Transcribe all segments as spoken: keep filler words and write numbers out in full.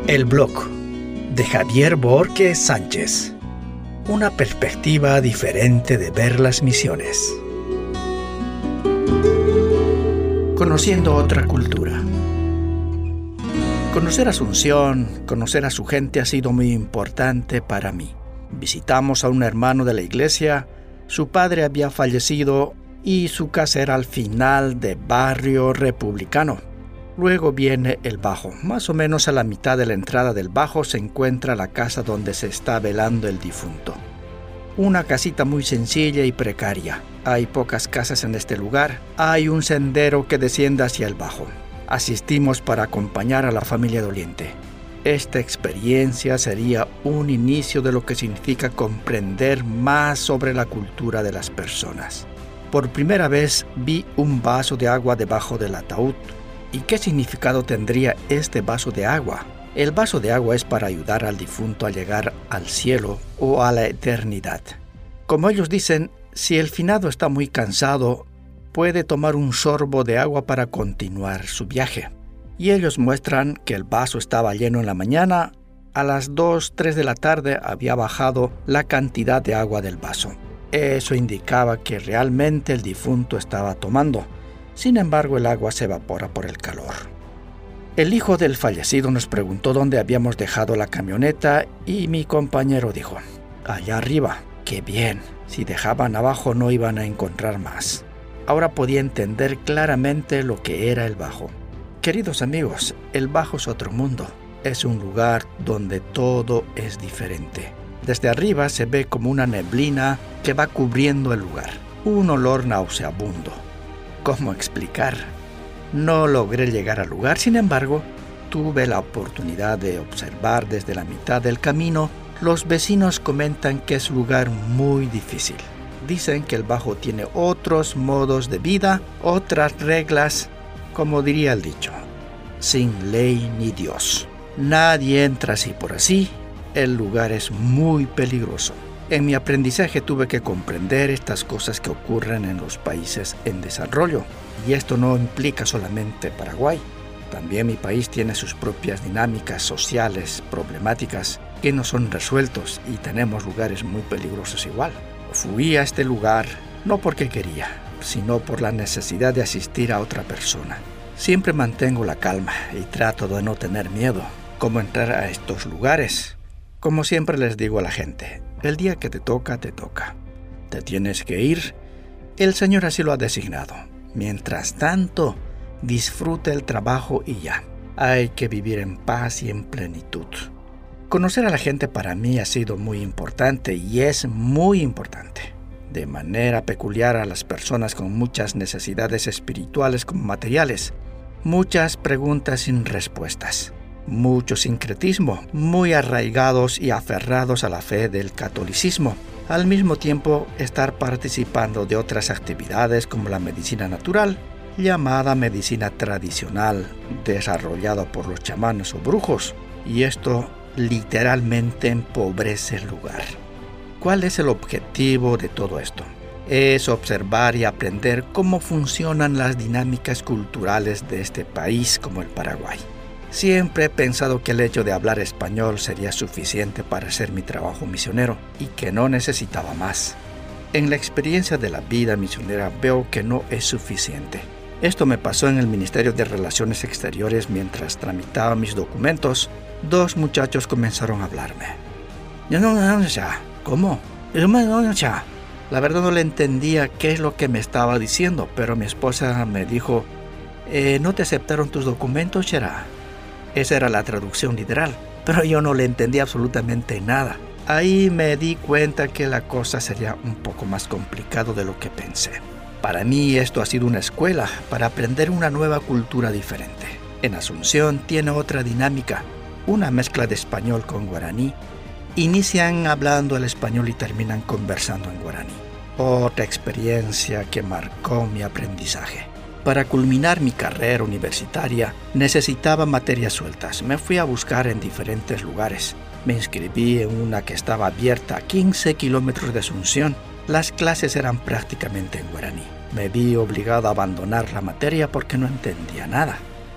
El blog de Javier Borges Sánchez. Una perspectiva diferente de ver las misiones. Conociendo otra cultura. Conocer Asunción, conocer a su gente ha sido muy importante para mí. Visitamos a un hermano de la iglesia, su padre había fallecido y su casa era al final de barrio republicano. Luego viene el Bajo. Más o menos a la mitad de la entrada del Bajo se encuentra la casa donde se está velando el difunto. Una casita muy sencilla y precaria. Hay pocas casas en este lugar. Hay un sendero que desciende hacia el Bajo. Asistimos para acompañar a la familia doliente. Esta experiencia sería un inicio de lo que significa comprender más sobre la cultura de las personas. Por primera vez vi un vaso de agua debajo del ataúd. ¿Y qué significado tendría este vaso de agua? El vaso de agua es para ayudar al difunto a llegar al cielo o a la eternidad. Como ellos dicen, si el finado está muy cansado, puede tomar un sorbo de agua para continuar su viaje. Y ellos muestran que el vaso estaba lleno en la mañana. A las dos, tres de la tarde había bajado la cantidad de agua del vaso. Eso indicaba que realmente el difunto estaba tomando. Sin embargo, el agua se evapora por el calor. El hijo del fallecido nos preguntó dónde habíamos dejado la camioneta y mi compañero dijo, allá arriba. ¡Qué bien! Si dejaban abajo no iban a encontrar más. Ahora podía entender claramente lo que era el Bajo. Queridos amigos, el Bajo es otro mundo. Es un lugar donde todo es diferente. Desde arriba se ve como una neblina que va cubriendo el lugar. Un olor nauseabundo. ¿Cómo explicar? No logré llegar al lugar, sin embargo, tuve la oportunidad de observar desde la mitad del camino. Los vecinos comentan que es un lugar muy difícil. Dicen que el Bajo tiene otros modos de vida, otras reglas, como diría el dicho, sin ley ni Dios. Nadie entra así por así, el lugar es muy peligroso. En mi aprendizaje tuve que comprender estas cosas que ocurren en los países en desarrollo. Y esto no implica solamente Paraguay. También mi país tiene sus propias dinámicas sociales, problemáticas que no son resueltos y tenemos lugares muy peligrosos igual. Fui a este lugar no porque quería, sino por la necesidad de asistir a otra persona. Siempre mantengo la calma y trato de no tener miedo. ¿Cómo entrar a estos lugares? Como siempre les digo a la gente, el día que te toca, te toca. Te tienes que ir. El Señor así lo ha designado. Mientras tanto, disfruta el trabajo y ya. Hay que vivir en paz y en plenitud. Conocer a la gente para mí ha sido muy importante y es muy importante. De manera peculiar a las personas con muchas necesidades espirituales como materiales. Muchas preguntas sin respuestas. Mucho sincretismo, muy arraigados y aferrados a la fe del catolicismo. Al mismo tiempo, estar participando de otras actividades como la medicina natural, llamada medicina tradicional, desarrollada por los chamanes o brujos. Y esto literalmente empobrece el lugar. ¿Cuál es el objetivo de todo esto? Es observar y aprender cómo funcionan las dinámicas culturales de este país como el Paraguay. Siempre he pensado que el hecho de hablar español sería suficiente para hacer mi trabajo misionero y que no necesitaba más. En la experiencia de la vida misionera veo que no es suficiente. Esto me pasó en el Ministerio de Relaciones Exteriores mientras tramitaba mis documentos. Dos muchachos comenzaron a hablarme. ¿Cómo? La verdad no le entendía qué es lo que me estaba diciendo, pero mi esposa me dijo, eh, ¿no te aceptaron tus documentos, Chera? Esa era la traducción literal, pero yo no le entendí absolutamente nada. Ahí me di cuenta que la cosa sería un poco más complicado de lo que pensé. Para mí esto ha sido una escuela para aprender una nueva cultura diferente. En Asunción tiene otra dinámica, una mezcla de español con guaraní. Inician hablando el español y terminan conversando en guaraní. Otra experiencia que marcó mi aprendizaje. Para culminar mi carrera universitaria, necesitaba materias sueltas. Me fui a buscar en diferentes lugares. Me inscribí en una que estaba abierta a quince kilómetros de Asunción. Las clases eran prácticamente en guaraní. Me vi obligado a abandonar la materia porque no entendía nada.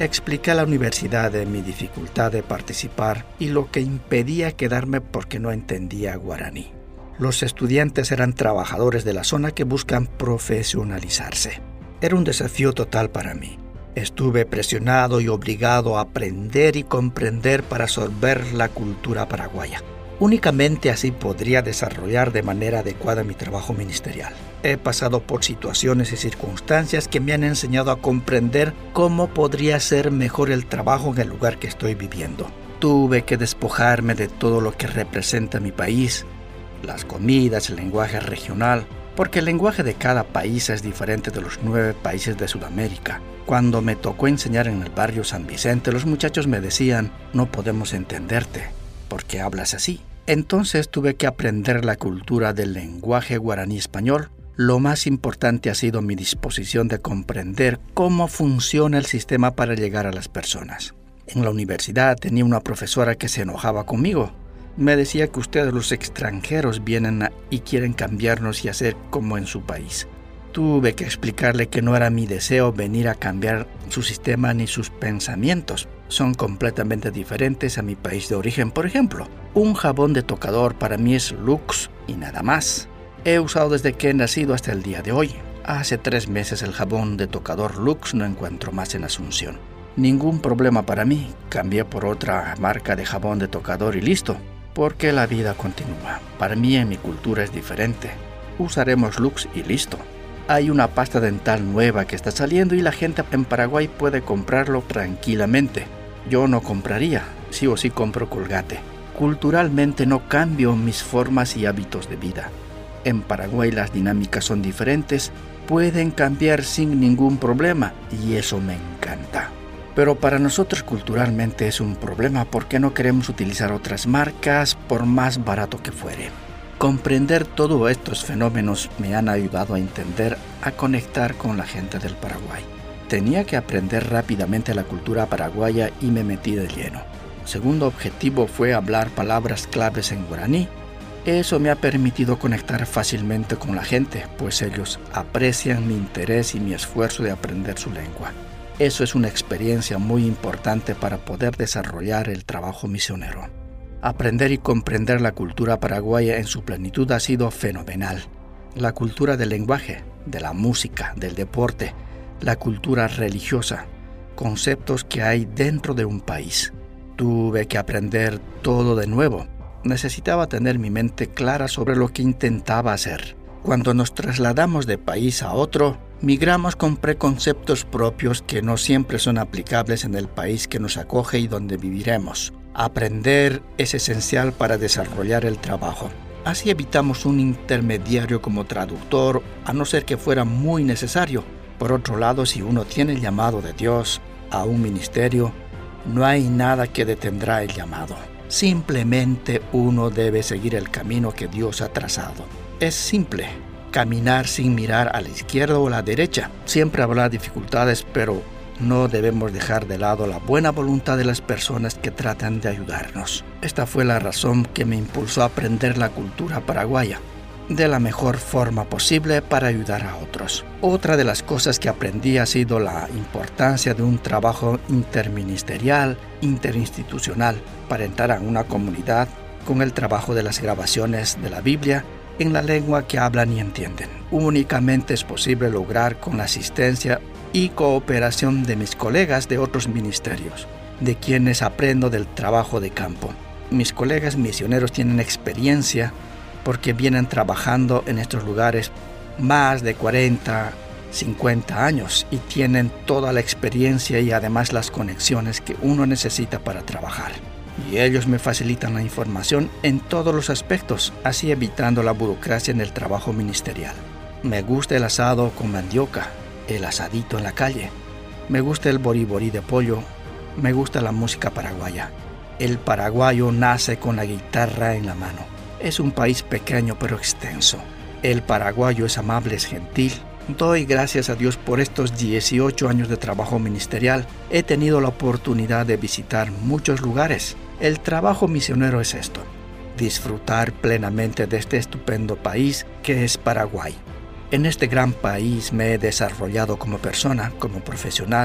Expliqué a la universidad de mi dificultad de participar y lo que impedía quedarme porque no entendía guaraní. Los estudiantes eran trabajadores de la zona que buscan profesionalizarse. Era un desafío total para mí. Estuve presionado y obligado a aprender y comprender para absorber la cultura paraguaya. Únicamente así podría desarrollar de manera adecuada mi trabajo ministerial. He pasado por situaciones y circunstancias que me han enseñado a comprender cómo podría ser mejor el trabajo en el lugar que estoy viviendo. Tuve que despojarme de todo lo que representa mi país, las comidas, el lenguaje regional, porque el lenguaje de cada país es diferente de los nueve países de Sudamérica. Cuando me tocó enseñar en el barrio San Vicente, los muchachos me decían, no podemos entenderte, ¿por qué hablas así? Entonces tuve que aprender la cultura del lenguaje guaraní español. Lo más importante ha sido mi disposición de comprender cómo funciona el sistema para llegar a las personas. En la universidad tenía una profesora que se enojaba conmigo. Me decía que ustedes los extranjeros vienen y quieren cambiarnos y hacer como en su país. Tuve que explicarle que no era mi deseo venir a cambiar su sistema ni sus pensamientos. Son completamente diferentes a mi país de origen. Por ejemplo, un jabón de tocador para mí es Lux y nada más. He usado desde que he nacido hasta el día de hoy. Hace tres meses el jabón de tocador Lux no encuentro más en Asunción. Ningún problema para mí. Cambié por otra marca de jabón de tocador y listo. Porque la vida continúa. Para mí en mi cultura es diferente. Usaremos Lux y listo. Hay una pasta dental nueva que está saliendo y la gente en Paraguay puede comprarlo tranquilamente. Yo no compraría, sí o sí compro Colgate. Culturalmente no cambio mis formas y hábitos de vida. En Paraguay las dinámicas son diferentes, pueden cambiar sin ningún problema y eso me encanta. Pero para nosotros culturalmente es un problema porque no queremos utilizar otras marcas por más barato que fuere. Comprender todos estos fenómenos me han ayudado a entender, a conectar con la gente del Paraguay. Tenía que aprender rápidamente la cultura paraguaya y me metí de lleno. Segundo objetivo fue hablar palabras claves en guaraní. Eso me ha permitido conectar fácilmente con la gente, pues ellos aprecian mi interés y mi esfuerzo de aprender su lengua. Eso es una experiencia muy importante para poder desarrollar el trabajo misionero. Aprender y comprender la cultura paraguaya en su plenitud ha sido fenomenal. La cultura del lenguaje, de la música, del deporte, la cultura religiosa, conceptos que hay dentro de un país. Tuve que aprender todo de nuevo. Necesitaba tener mi mente clara sobre lo que intentaba hacer. Cuando nos trasladamos de país a otro, migramos con preconceptos propios que no siempre son aplicables en el país que nos acoge y donde viviremos. Aprender es esencial para desarrollar el trabajo. Así evitamos un intermediario como traductor, a no ser que fuera muy necesario. Por otro lado, si uno tiene el llamado de Dios a un ministerio, no hay nada que detendrá el llamado. Simplemente uno debe seguir el camino que Dios ha trazado. Es simple, caminar sin mirar a la izquierda o a la derecha. Siempre habrá dificultades, pero no debemos dejar de lado la buena voluntad de las personas que tratan de ayudarnos. Esta fue la razón que me impulsó a aprender la cultura paraguaya de la mejor forma posible para ayudar a otros. Otra de las cosas que aprendí ha sido la importancia de un trabajo interministerial, interinstitucional, para entrar a una comunidad con el trabajo de las grabaciones de la Biblia en la lengua que hablan y entienden. Únicamente es posible lograr con la asistencia y cooperación de mis colegas de otros ministerios, de quienes aprendo del trabajo de campo. Mis colegas misioneros tienen experiencia porque vienen trabajando en estos lugares más de cuarenta, cincuenta años y tienen toda la experiencia y además las conexiones que uno necesita para trabajar. Y ellos me facilitan la información en todos los aspectos, así evitando la burocracia en el trabajo ministerial. Me gusta el asado con mandioca, el asadito en la calle. Me gusta el boriborí de pollo. Me gusta la música paraguaya. El paraguayo nace con la guitarra en la mano. Es un país pequeño pero extenso. El paraguayo es amable, es gentil. Doy gracias a Dios por estos dieciocho años de trabajo ministerial. He tenido la oportunidad de visitar muchos lugares. El trabajo misionero es esto: disfrutar plenamente de este estupendo país que es Paraguay. En este gran país me he desarrollado como persona, como profesional.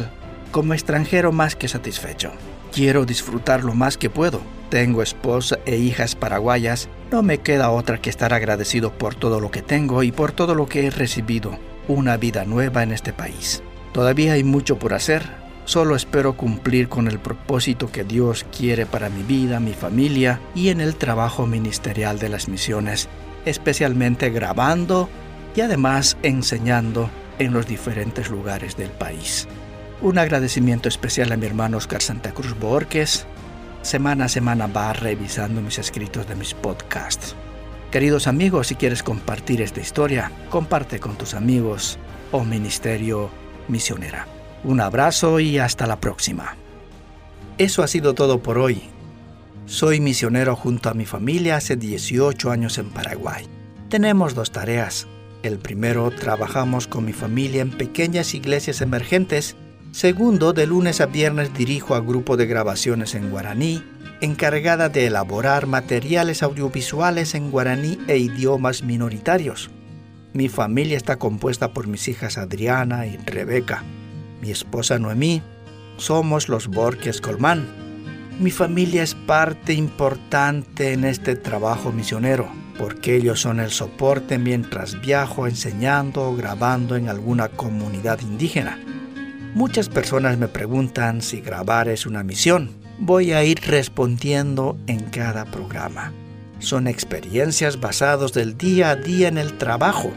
como extranjero más que satisfecho. Quiero disfrutar lo más que puedo. Tengo esposa e hijas paraguayas. No me queda otra que estar agradecido por todo lo que tengo y por todo lo que he recibido. Una vida nueva en este país. Todavía hay mucho por hacer. Solo espero cumplir con el propósito que Dios quiere para mi vida, mi familia y en el trabajo ministerial de las misiones, especialmente grabando y además enseñando en los diferentes lugares del país. Un agradecimiento especial a mi hermano Oscar Santa Cruz Borges. Semana a semana va revisando mis escritos de mis podcasts. Queridos amigos, si quieres compartir esta historia, comparte con tus amigos o Ministerio Misionera. Un abrazo y hasta la próxima. Eso ha sido todo por hoy. Soy misionero junto a mi familia hace dieciocho años en Paraguay. Tenemos dos tareas. El primero, trabajamos con mi familia en pequeñas iglesias emergentes. Segundo, de lunes a viernes dirijo a grupo de grabaciones en guaraní, encargada de elaborar materiales audiovisuales en guaraní e idiomas minoritarios. Mi familia está compuesta por mis hijas Adriana y Rebeca, mi esposa Noemí. Somos los Borges Colmán. Mi familia es parte importante en este trabajo misionero, porque ellos son el soporte mientras viajo enseñando o grabando en alguna comunidad indígena. Muchas personas me preguntan si grabar es una misión. Voy a ir respondiendo en cada programa. Son experiencias basadas del día a día en el trabajo,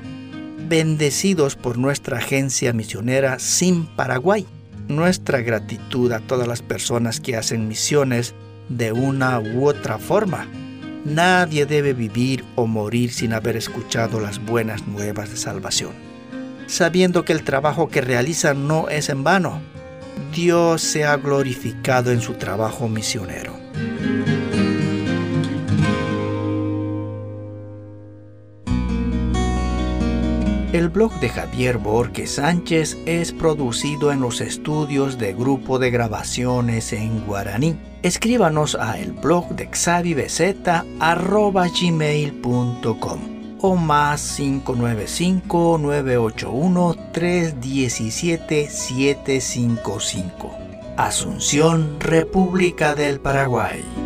bendecidos por nuestra agencia misionera S I M Paraguay. Nuestra gratitud a todas las personas que hacen misiones de una u otra forma. Nadie debe vivir o morir sin haber escuchado las buenas nuevas de salvación, sabiendo que el trabajo que realizan no es en vano. Dios se ha glorificado en su trabajo misionero. El blog de Javier Borges Sánchez es producido en los estudios de Grupo de Grabaciones en Guaraní. Escríbanos a el blog de xavibz arroba gmail punto com o más cinco nueve cinco, nueve ocho uno, tres uno siete, siete cinco cinco. Asunción, República del Paraguay.